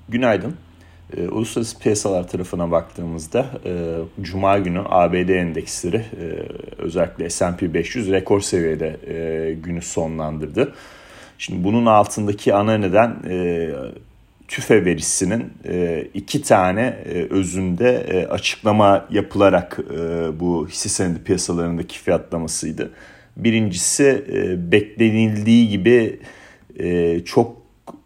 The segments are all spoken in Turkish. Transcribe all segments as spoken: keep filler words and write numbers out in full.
Günaydın. E, uluslararası piyasalar tarafına baktığımızda e, Cuma günü A B D endeksleri e, özellikle S and P beş yüz rekor seviyede e, günü sonlandırdı. Şimdi bunun altındaki ana neden e, TÜFE verisinin e, iki tane e, özünde e, açıklama yapılarak e, bu hisse senedi piyasalarındaki fiyatlamasıydı. Birincisi e, beklenildiği gibi e, çok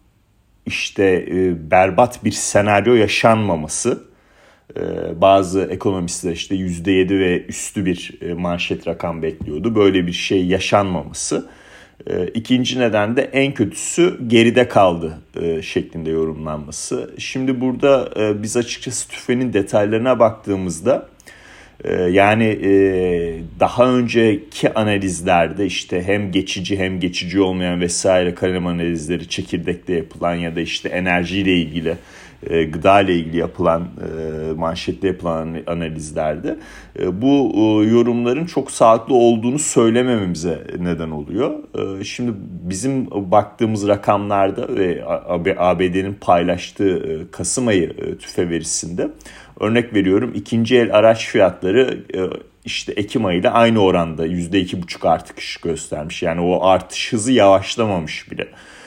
işte e, berbat bir senaryo yaşanmaması. E, bazı ekonomistler işte yüzde yedi ve üstü bir e, manşet rakam bekliyordu. Böyle bir şey yaşanmaması. E, ikinci neden de en kötüsü geride kaldı e, şeklinde yorumlanması. Şimdi burada e, biz açıkçası TÜFE'nin detaylarına baktığımızda e, yani e, daha önceki analizlerde işte hem geçici hem geçici olmayan vesaire kalem analizleri çekirdekte yapılan ya da işte enerjiyle ilgili E, gıda ile ilgili yapılan e, manşette yapılan analizlerde e, bu e, yorumların çok sağlıklı olduğunu söylemememize neden oluyor. E, şimdi bizim baktığımız rakamlarda ve A B D'nin paylaştığı e, Kasım ayı e, TÜFE verisinde örnek veriyorum ikinci el araç fiyatları e, işte Ekim ayıyla aynı oranda yüzde iki buçuk artış göstermiş. Yani o artış hızı yavaşlamamış bile.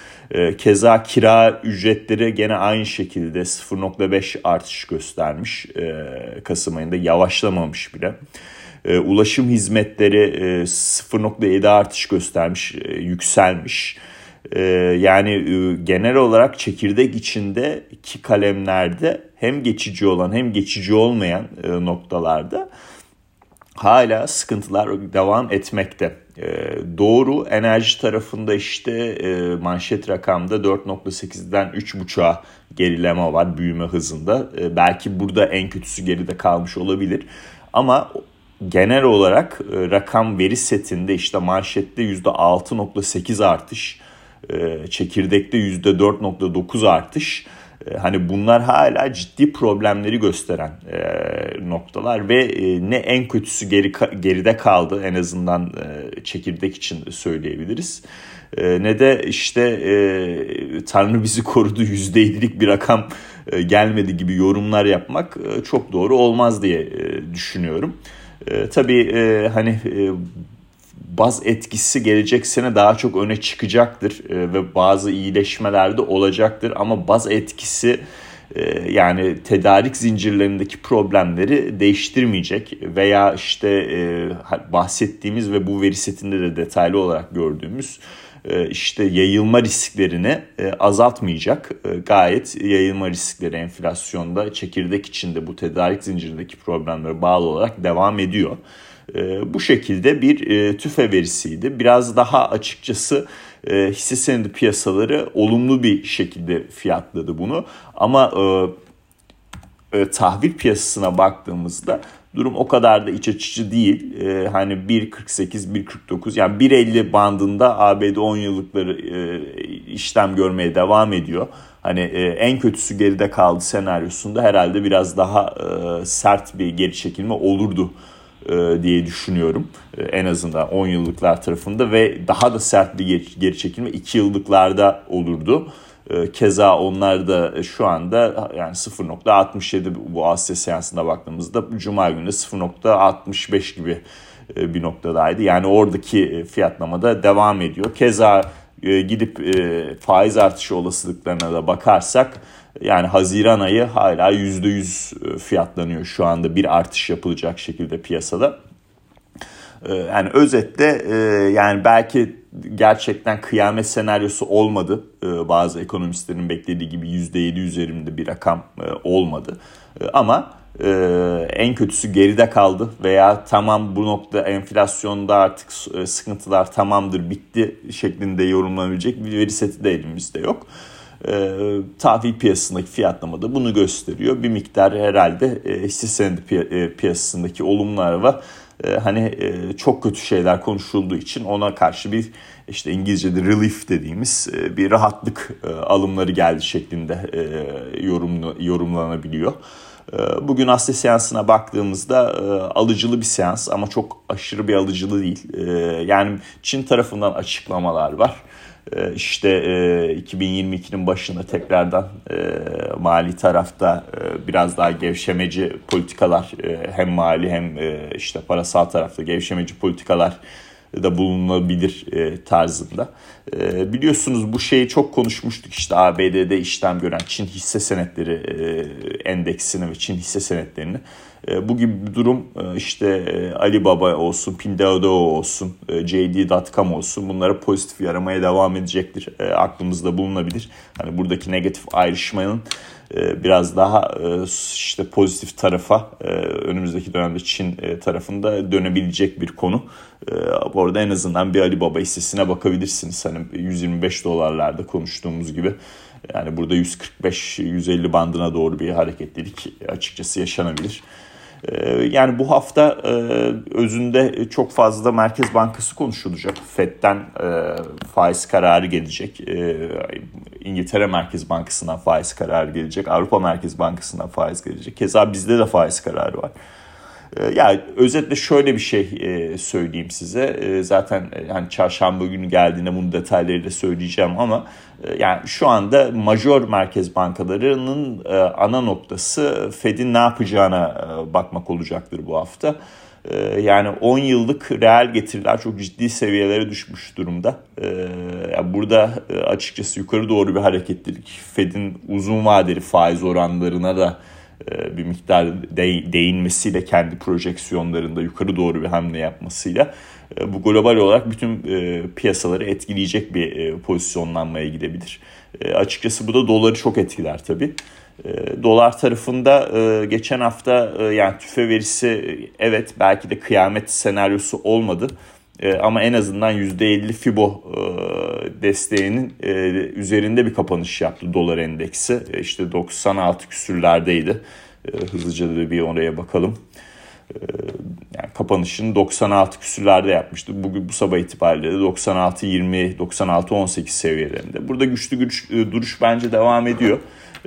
Keza kira ücretleri gene aynı şekilde sıfır nokta beş artış göstermiş. Kasım ayında yavaşlamamış bile. Ulaşım hizmetleri sıfır nokta yedi artış göstermiş, yükselmiş. Yani genel olarak çekirdek içindeki kalemlerde hem geçici olan hem geçici olmayan noktalarda hala sıkıntılar devam etmekte. Ee, doğru enerji tarafında işte e, manşet rakamda dört nokta sekizden üç buçuğa gerileme var büyüme hızında. E, belki burada en kötüsü geride kalmış olabilir. Ama genel olarak e, rakam veri setinde işte manşette yüzde altı nokta sekiz artış, e, çekirdekte yüzde dört nokta dokuz artış. Hani bunlar hala ciddi problemleri gösteren e, noktalar ve e, ne en kötüsü geri geride kaldı en azından e, çekirdek için söyleyebiliriz. E, ne de işte e, Tanrı bizi korudu yüzde yedilik bir rakam e, gelmedi gibi yorumlar yapmak e, çok doğru olmaz diye e, düşünüyorum. E, tabii e, hani e, baz etkisi gelecek sene daha çok öne çıkacaktır e, ve bazı iyileşmeler de olacaktır ama baz etkisi e, yani tedarik zincirlerindeki problemleri değiştirmeyecek veya işte e, bahsettiğimiz ve bu veri setinde de detaylı olarak gördüğümüz e, işte yayılma risklerini e, azaltmayacak. E, gayet yayılma riskleri enflasyonda çekirdek içinde bu tedarik zincirindeki problemlere bağlı olarak devam ediyor. E, bu şekilde bir e, TÜFE verisiydi. Biraz daha açıkçası e, hisse senedi piyasaları olumlu bir şekilde fiyatladı bunu. Ama e, e, tahvil piyasasına baktığımızda durum o kadar da iç açıcı değil. E, hani bir kırk sekiz bir kırk dokuz yani bir elli bandında A B D on yıllıkları e, işlem görmeye devam ediyor. Hani e, en kötüsü geride kaldı senaryosunda herhalde biraz daha e, sert bir geri çekilme olurdu diye düşünüyorum. En azından on yıllıklar tarafında ve daha da sert bir geri çekilme iki yıllıklarda olurdu. Keza onlar da şu anda yani sıfır nokta altmış yedi bu Asya seansına baktığımızda Cuma günü sıfır nokta altmış beş gibi bir noktadaydı. Yani oradaki fiyatlamada devam ediyor. Keza gidip faiz artışı olasılıklarına da bakarsak yani Haziran ayı hala yüzde yüz fiyatlanıyor şu anda bir artış yapılacak şekilde piyasada. Yani özetle yani belki gerçekten kıyamet senaryosu olmadı. Bazı ekonomistlerin beklediği gibi yüzde yedi üzerinde bir rakam olmadı. Ama en kötüsü geride kaldı veya tamam bu nokta enflasyonda artık sıkıntılar tamamdır bitti şeklinde yorumlanabilecek bir veri seti de elimizde yok. E, tahvil piyasasındaki fiyatlamada bunu gösteriyor. Bir miktar herhalde e, hisse senedi piy- e, piyasasındaki olumlu hava e, hani e, çok kötü şeyler konuşulduğu için ona karşı bir işte İngilizce'de relief dediğimiz e, bir rahatlık e, alımları geldi şeklinde e, yorumlu, yorumlanabiliyor. E, bugün Asya seansına baktığımızda e, alıcılı bir seans ama çok aşırı bir alıcılı değil. E, yani Çin tarafından açıklamalar var. İşte iki bin yirmi ikinin başında tekrardan mali tarafta biraz daha gevşemeci politikalar, hem mali hem işte parasal tarafta gevşemeci politikalar da bulunabilir tarzında. Biliyorsunuz bu şeyi çok konuşmuştuk, işte A B D'de işlem gören Çin hisse senetleri endeksini ve Çin hisse senetlerini. Bu gibi bir durum işte Alibaba olsun, Pinduoduo olsun, J D nokta com olsun, bunlara pozitif yaramaya devam edecektir. Aklımızda bulunabilir. Hani buradaki negatif ayrışmanın biraz daha işte pozitif tarafa önümüzdeki dönemde Çin tarafında dönebilecek bir konu. Bu arada en azından bir Alibaba hissesine bakabilirsiniz. Hani yüz yirmi beş dolarlarda konuştuğumuz gibi. Yani burada yüz kırk beş yüz elli bandına doğru bir hareketlilik açıkçası yaşanabilir. Yani bu hafta özünde çok fazla Merkez Bankası konuşulacak. Fed'den faiz kararı gelecek. İngiltere Merkez Bankası'ndan faiz kararı gelecek. Avrupa Merkez Bankası'ndan faiz gelecek. Keza bizde de faiz kararı var. Yani özetle şöyle bir şey söyleyeyim size. Zaten hani çarşamba günü geldiğinde bunu detaylarıyla söyleyeceğim ama yani şu anda major merkez bankalarının ana noktası Fed'in ne yapacağına bakmak olacaktır bu hafta. Yani on yıllık reel getiriler çok ciddi seviyelere düşmüş durumda. Yani burada açıkçası yukarı doğru bir hareketlilik, Fed'in uzun vadeli faiz oranlarına da bir miktar değinmesiyle, kendi projeksiyonlarında yukarı doğru bir hamle yapmasıyla bu global olarak bütün piyasaları etkileyecek bir pozisyonlanmaya gidebilir. Açıkçası bu da doları çok etkiler tabii. Dolar tarafında geçen hafta yani tüfe verisi evet belki de kıyamet senaryosu olmadı. Ama en azından yüzde elli Fibo desteğinin üzerinde bir kapanış yaptı dolar endeksi. İşte doksan altı küsürlerdeydi. Hızlıca da bir oraya bakalım. Yani kapanışını doksan altı küsürlerde yapmıştı. Bugün bu sabah itibariyle de doksan altı yirmi doksan altı on sekiz seviyelerinde. Burada güçlü güç duruş bence devam ediyor.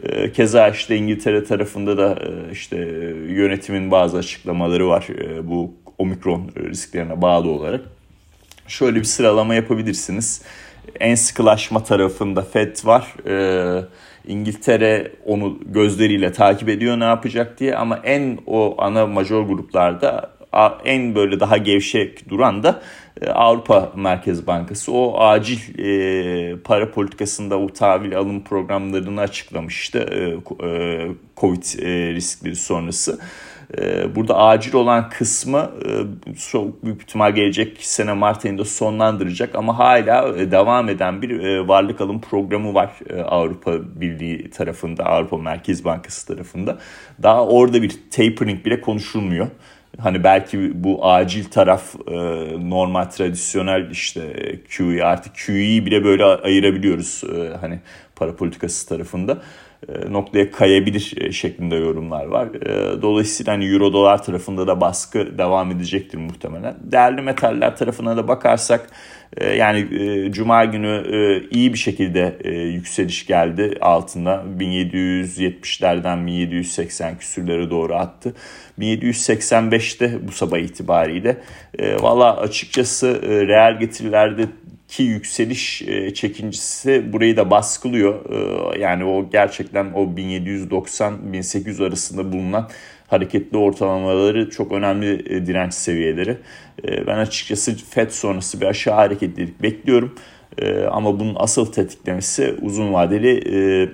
Keza işte İngiltere tarafında da işte yönetimin bazı açıklamaları var. Bu omikron risklerine bağlı olarak. Şöyle bir sıralama yapabilirsiniz. En sıkılaşma tarafında Fed var. Ee, İngiltere onu gözleriyle takip ediyor ne yapacak diye, ama en o ana major gruplarda en böyle daha gevşek duran da Avrupa Merkez Bankası. O acil e, para politikasında o tahvil alım programlarını açıklamıştı e, e, Covid e, riskleri sonrası. Burada acil olan kısmı çok büyük ihtimal gelecek sene Mart ayında sonlandıracak, ama hala devam eden bir varlık alım programı var Avrupa Birliği tarafında, Avrupa Merkez Bankası tarafında. Daha orada bir tapering bile konuşulmuyor. Hani belki bu acil taraf normal tradisyonel işte Q E, artık Q E'yi bile böyle ayırabiliyoruz hani para politikası tarafında. Noktaya kayabilir şeklinde yorumlar var. Dolayısıyla hani euro dolar tarafında da baskı devam edecektir muhtemelen. Değerli metaller tarafına da bakarsak yani Cuma günü iyi bir şekilde yükseliş geldi altına. bin yedi yüz yetmişlerden bin yedi yüz seksen küsürlere doğru attı. bin yedi yüz seksen beşte bu sabah itibariyle. Valla açıkçası reel getirilerde ki yükseliş çekincisi burayı da baskılıyor. Yani o gerçekten o bin yedi yüz doksan bin sekiz yüz arasında bulunan hareketli ortalamaları çok önemli direnç seviyeleri. Ben açıkçası Fed sonrası bir aşağı hareketlilik bekliyorum. Ama bunun asıl tetiklemesi uzun vadeli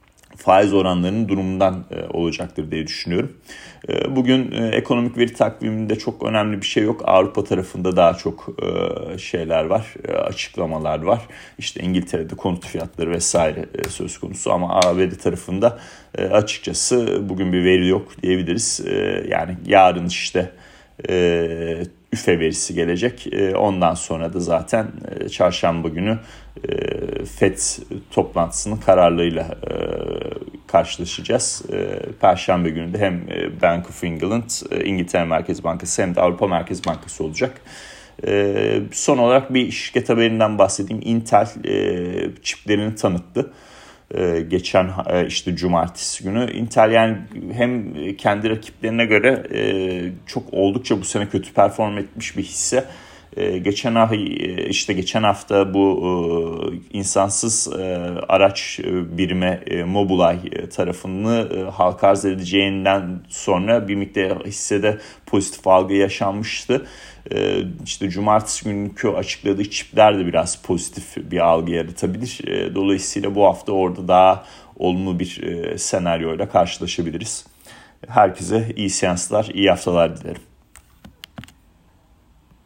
faiz oranlarının durumundan olacaktır diye düşünüyorum. Bugün ekonomik veri takviminde çok önemli bir şey yok. Avrupa tarafında daha çok şeyler var, açıklamalar var. İşte İngiltere'de konut fiyatları vesaire söz konusu, ama A B D tarafında açıkçası bugün bir veri yok diyebiliriz. Yani yarın işte üfe verisi gelecek. Ondan sonra da zaten çarşamba günü Fed toplantısının kararlarıyla karşılaşacağız. Perşembe günü de hem Bank of England, İngiltere Merkez Bankası hem de Avrupa Merkez Bankası olacak. Son olarak bir şirket haberinden bahsedeyim. Intel çiplerini tanıttı. Geçen işte cumartesi günü. Intel yani hem kendi rakiplerine göre çok oldukça bu sene kötü perform etmiş bir hisse. Geçen ay işte geçen hafta bu insansız araç birimi Mobileye tarafını halka arz edeceğinden sonra bir miktar hissede pozitif algı yaşanmıştı. İşte cumartesi günkü açıkladığı çipler de biraz pozitif bir algı yaratabilir. Dolayısıyla bu hafta orada daha olumlu bir senaryoyla karşılaşabiliriz. Herkese iyi seanslar, iyi haftalar dilerim.